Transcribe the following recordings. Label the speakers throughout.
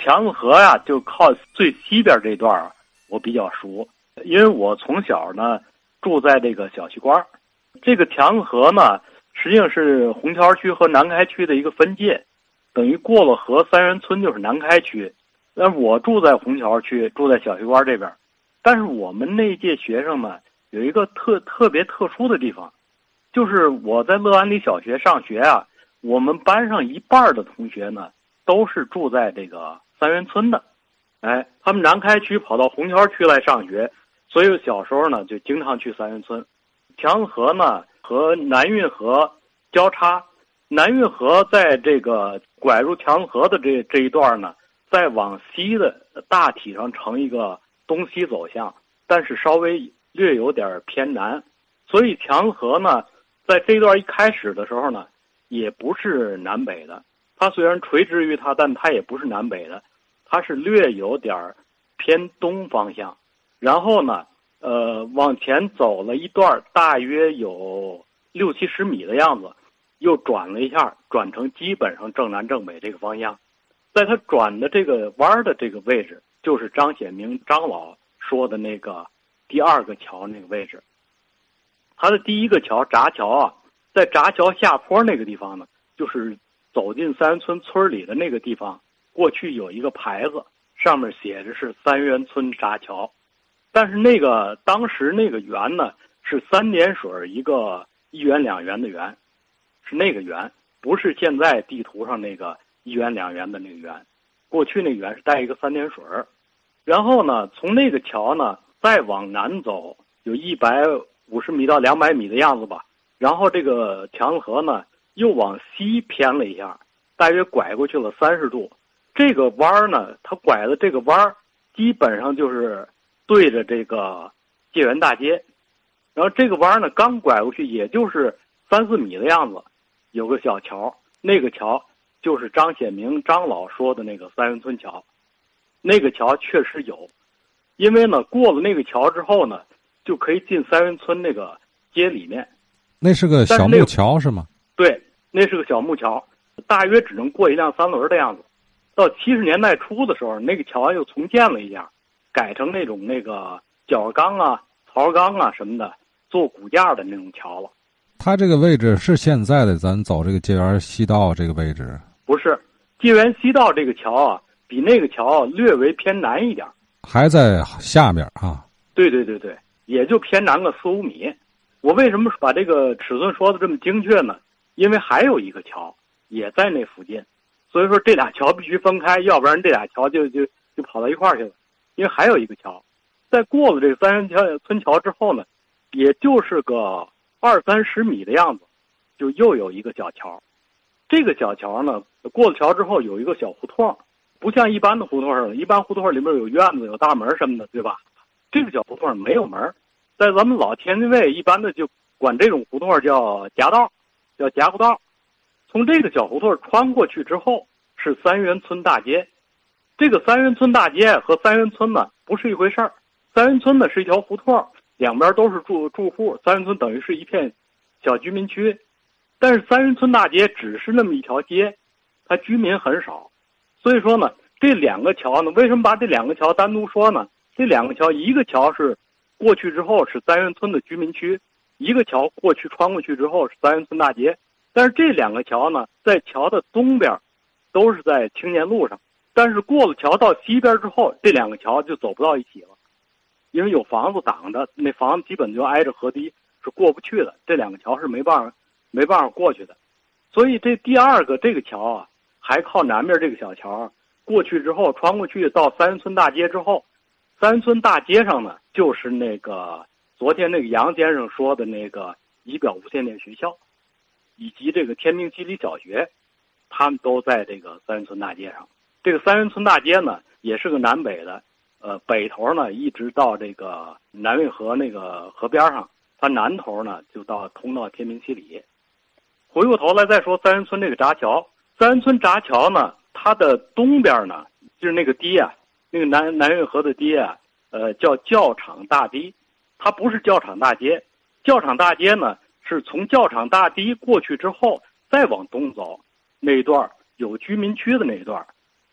Speaker 1: 强子河呀，就靠最西边这段我比较熟，因为我从小呢住在这个小西关。这个强子河呢，实际上是虹桥区和南开区的一个分界，等于过了河，三元村就是南开区。但我住在虹桥区，住在小西关这边。但是我们那届学生呢，有一个特别特殊的地方，就是我在乐安里小学上学啊，我们班上一半的同学呢，都是住在这个三元村的。他们南开区跑到虹桥区来上学，所以小时候呢就经常去三元村。强子河呢和南运河交叉，南运河在这个拐入强子河的这一段呢，再往西的大体上成一个东西走向，但是稍微略有点偏南。所以强子河呢，在这段一开始的时候呢，也不是南北的。它虽然垂直于它，但它也不是南北的，它是略有点偏东方向。然后呢，往前走了一段，大约有60-70米的样子，又转了一下，转成基本上正南正北这个方向。在它转的这个弯的这个位置，就是张显明张老说的那个第二个桥那个位置。它的第一个桥闸桥啊，在闸桥下坡那个地方呢，就是走进三元村村里的那个地方，过去有一个牌子，上面写着是三元村闸桥。但是那个当时那个元呢，是3点水一个1元2元的元，是那个元，不是现在地图上那个1元2元的那个元。过去那个元是带一个3点水。然后呢，从那个桥呢再往南走，有150米到200米的样子吧。然后这个强子河呢又往西偏了一下，大约拐过去了30度。这个弯呢，它拐的这个弯基本上就是对着这个介园大街。然后这个弯呢刚拐过去也就是3-4米的样子，有个小桥，那个桥就是张显明张老说的那个三元村桥。那个桥确实有，因为呢过了那个桥之后呢，就可以进三元村那个街里面。
Speaker 2: 那是个小木桥是吗？
Speaker 1: 对，那是个小木桥，大约只能过一辆3轮的样子。到70年代初的时候，那个桥又重建了一下，改成那种那个角钢啊、槽钢啊什么的做骨架的那种桥了。
Speaker 2: 它这个位置是现在的咱走这个介园西道这个位置？
Speaker 1: 不是，介园西道这个桥啊，比那个桥略微偏南一点，
Speaker 2: 还在下面啊。
Speaker 1: 对，也就偏南个4-5米。我为什么把这个尺寸说的这么精确呢？因为还有一个桥也在那附近，所以说这俩桥必须分开，要不然这俩桥就跑到一块儿去了。因为还有一个桥，在过了这个三元村桥之后呢，也就是个20-30米的样子，就又有一个小桥。这个小桥呢，过了桥之后有一个小胡同，不像一般的胡同似的，一般胡同里面有院子、有大门什么的，对吧？这个小胡同没有门，在咱们老天津卫一般的就管这种胡同叫夹道，叫夹胡道。从这个小胡同穿过去之后是三元村大街。这个三元村大街和三元村呢不是一回事儿。三元村呢是一条胡同，两边都是住户，三元村等于是一片小居民区。但是三元村大街只是那么一条街，它居民很少。所以说呢，这两个桥呢，为什么把这两个桥单独说呢？这两个桥，一个桥是过去之后是三元村的居民区，一个桥过去穿过去之后是三元村大街。但是这两个桥呢，在桥的东边都是在青年路上，但是过了桥到西边之后，这两个桥就走不到一起了，因为有房子挡着，那房子基本就挨着河堤，是过不去的。这两个桥是没办法过去的。所以这第二个这个桥啊，还靠南边这个小桥过去之后，穿过去到三元村大街之后，三元村大街上呢，就是那个昨天那个杨先生说的那个仪表无线电学校，以及这个天明七里小学，他们都在这个三元村大街上。这个三元村大街呢，也是个南北的，北头呢一直到这个南运河那个河边上，它南头呢就通到天明七里。回过头来再说三元村这个闸桥，三元村闸桥呢，它的东边呢就是那个堤啊，那个南运河的堤啊，叫教场大堤，它不是教场大街。教场大街呢是从教场大堤过去之后再往东走，那一段有居民区的那一段，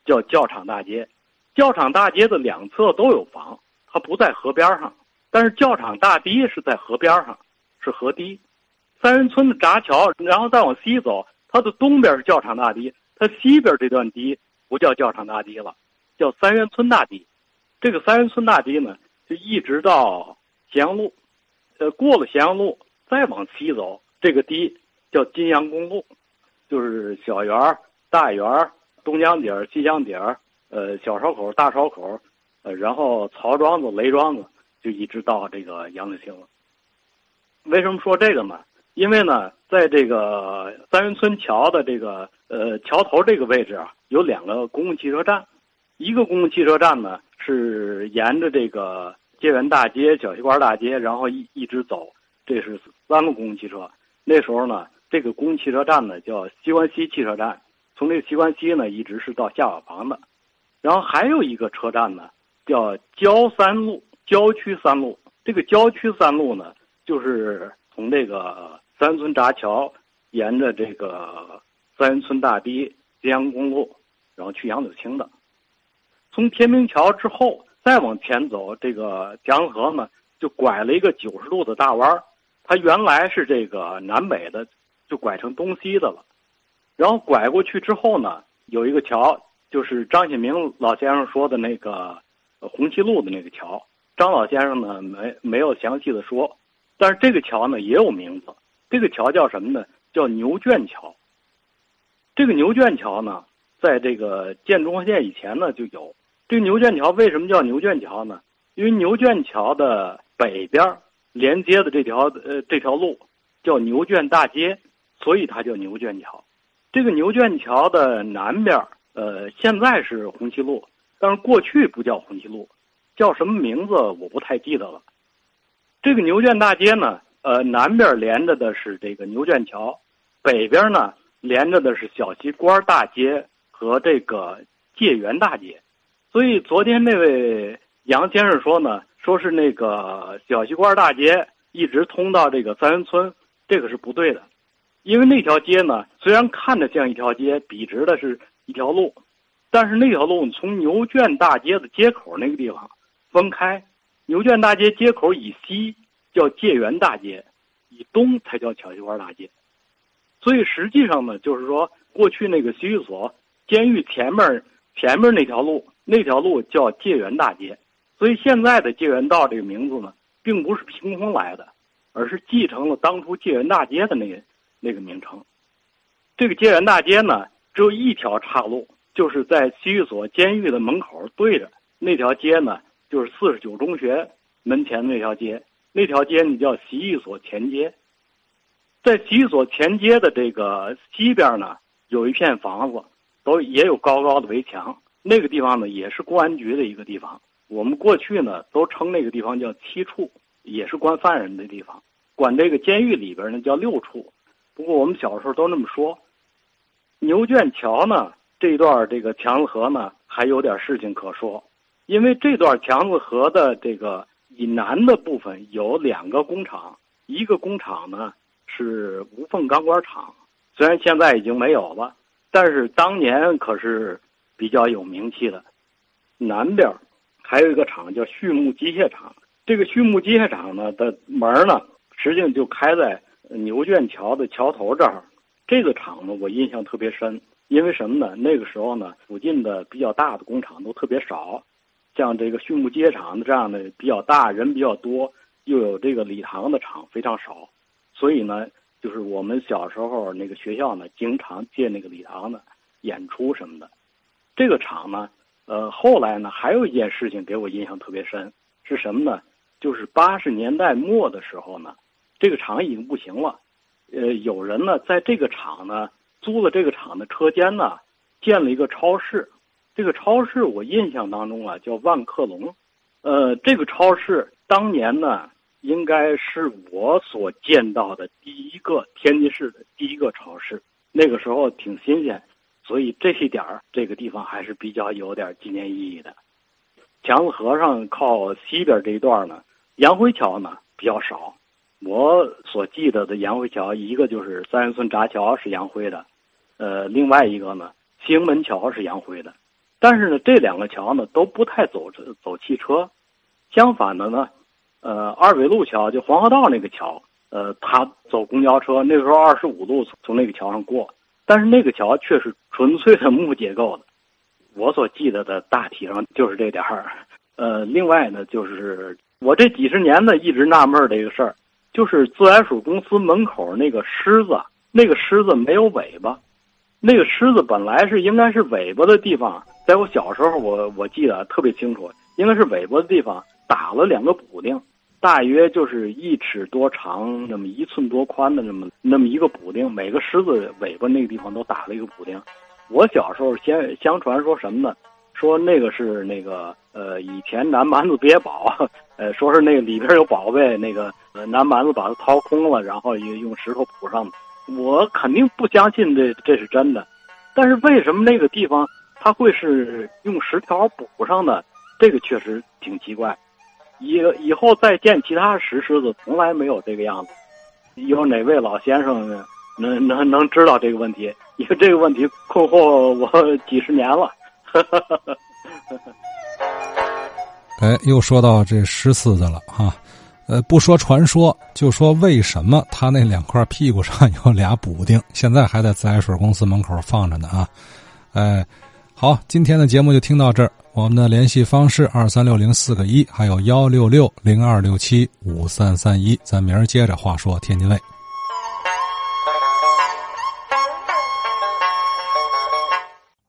Speaker 1: 叫教场大街。教场大街的两侧都有房，它不在河边上，但是教场大堤是在河边上，是河堤。三元村的闸桥，然后再往西走，它的东边是教场大堤，它西边这段堤不叫教场大堤了，叫三元村大堤。这个三元村大堤呢，就一直到咸阳路，过了咸阳路再往西走，这个堤叫金阳公路，就是小园、大园、东江底儿、西江底儿，小烧口、大烧口，然后曹庄子、雷庄子，就一直到这个杨柳青了。为什么说这个呢？因为呢，在这个三元村桥的这个桥头这个位置啊，有两个公共汽车站。一个公共汽车站呢是沿着这个接园大街、小西关大街，然后一直走，这是3个公共汽车。那时候呢，这个公共汽车站呢叫西关西汽车站，从这个西关西呢一直是到下瓦房的。然后还有一个车站呢叫郊3路，郊区3路。这个郊区3路呢，就是从这个三元村闸桥沿着这个三元村大堤、金阳公路，然后去杨柳青的。从天明桥之后再往前走，这个江河呢就拐了一个90度的大弯，它原来是这个南北的，就拐成东西的了。然后拐过去之后呢，有一个桥，就是张显明老先生说的那个红旗路的那个桥。张老先生呢没有详细的说，但是这个桥呢也有名字，这个桥叫什么呢？叫牛圈桥。这个牛圈桥呢，在这个建中环线以前呢就有。这个牛圈桥为什么叫牛圈桥呢？因为牛圈桥的北边连接的这条路叫牛圈大街，所以它叫牛圈桥。这个牛圈桥的南边现在是红旗路，但是过去不叫红旗路，叫什么名字我不太记得了。这个牛圈大街呢，南边连着的是这个牛圈桥，北边呢连着的是小西关大街和这个界园大街。所以昨天那位杨先生说呢，说是那个小西关大街一直通到这个三元村，这个是不对的。因为那条街呢，虽然看着像一条街，笔直的是一条路，但是那条路从牛圈大街的街口那个地方分开，牛圈大街街口以西叫界园大街，以东才叫小西关大街。所以实际上呢，就是说过去那个洗浴所监狱前面那条路叫界园大街。所以现在的界园道这个名字呢，并不是凭空来的，而是继承了当初界园大街的那个名称。这个界园大街呢，只有一条岔路，就是在洗浴所监狱的门口对着那条街呢，就是49中学门前那条街。那条街呢叫洗浴所前街。在洗浴所前街的这个西边呢，有一片房子，也有高高的围墙。那个地方呢，也是公安局的一个地方。我们过去呢，都称那个地方叫7处，也是关犯人的地方。管这个监狱里边呢叫6处。不过我们小时候都那么说。牛圈桥呢，这一段这个强子河呢，还有点事情可说。因为这段强子河的这个以南的部分有2个工厂，一个工厂呢是无缝钢管厂，虽然现在已经没有了，但是当年可是比较有名气的。南边还有一个厂叫畜牧机械厂，这个畜牧机械厂呢的门呢，实际上就开在牛圈桥的桥头这儿。这个厂呢，我印象特别深，因为什么呢？那个时候呢，附近的比较大的工厂都特别少，像这个畜牧机械厂的这样的比较大，人比较多，又有这个礼堂的厂非常少，所以呢，就是我们小时候那个学校呢，经常借那个礼堂呢演出什么的。这个厂呢，后来呢，还有一件事情给我印象特别深，是什么呢？就是80年代末的时候呢，这个厂已经不行了。有人呢在这个厂呢租了这个厂的车间呢，建了一个超市。这个超市我印象当中啊叫万客隆。这个超市当年呢，应该是我所见到的天津市的第一个超市。那个时候挺新鲜，所以这一点这个地方还是比较有点纪念意义的。强子河上靠西边这一段呢，杨辉桥呢比较少。我所记得的杨辉桥，一个就是三元村闸桥是杨辉的，另外一个呢，西营门桥是杨辉的。 但是呢，这2个桥呢都不太走汽车。相反的呢，二纬路桥就黄河道那个桥，它走公交车，那个时候25路从那个桥上过，但是那个桥却是纯粹的木结构的。我所记得的大体上就是这点儿。另外呢，就是我这几十年呢一直纳闷的一个事儿，就是自来水公司门口那个狮子，那个狮子没有尾巴，那个狮子本来是应该是尾巴的地方，在我小时候我记得特别清楚，应该是尾巴的地方打了2个补丁，大约就是1尺多长，那么1寸多宽的那么一个补丁，每个狮子尾巴那个地方都打了一个补丁。我小时候相传说什么呢？说那个是那个以前南蛮子别宝，说是那个里边有宝贝，那个南蛮子把它掏空了，然后用石头补上的。我肯定不相信这是真的，但是为什么那个地方它会是用石条补上的？这个确实挺奇怪。以后再见其他石狮子，从来没有这个样子。有哪位老先生能知道这个问题？因为这个问题困惑我几十年了。
Speaker 2: 又说到这石狮子了哈。不说传说，就说为什么他那2块屁股上有俩补丁，现在还在自来水公司门口放着呢啊。好，今天的节目就听到这儿。我们的联系方式236041，还有16602675331，咱明儿接着话说天津卫。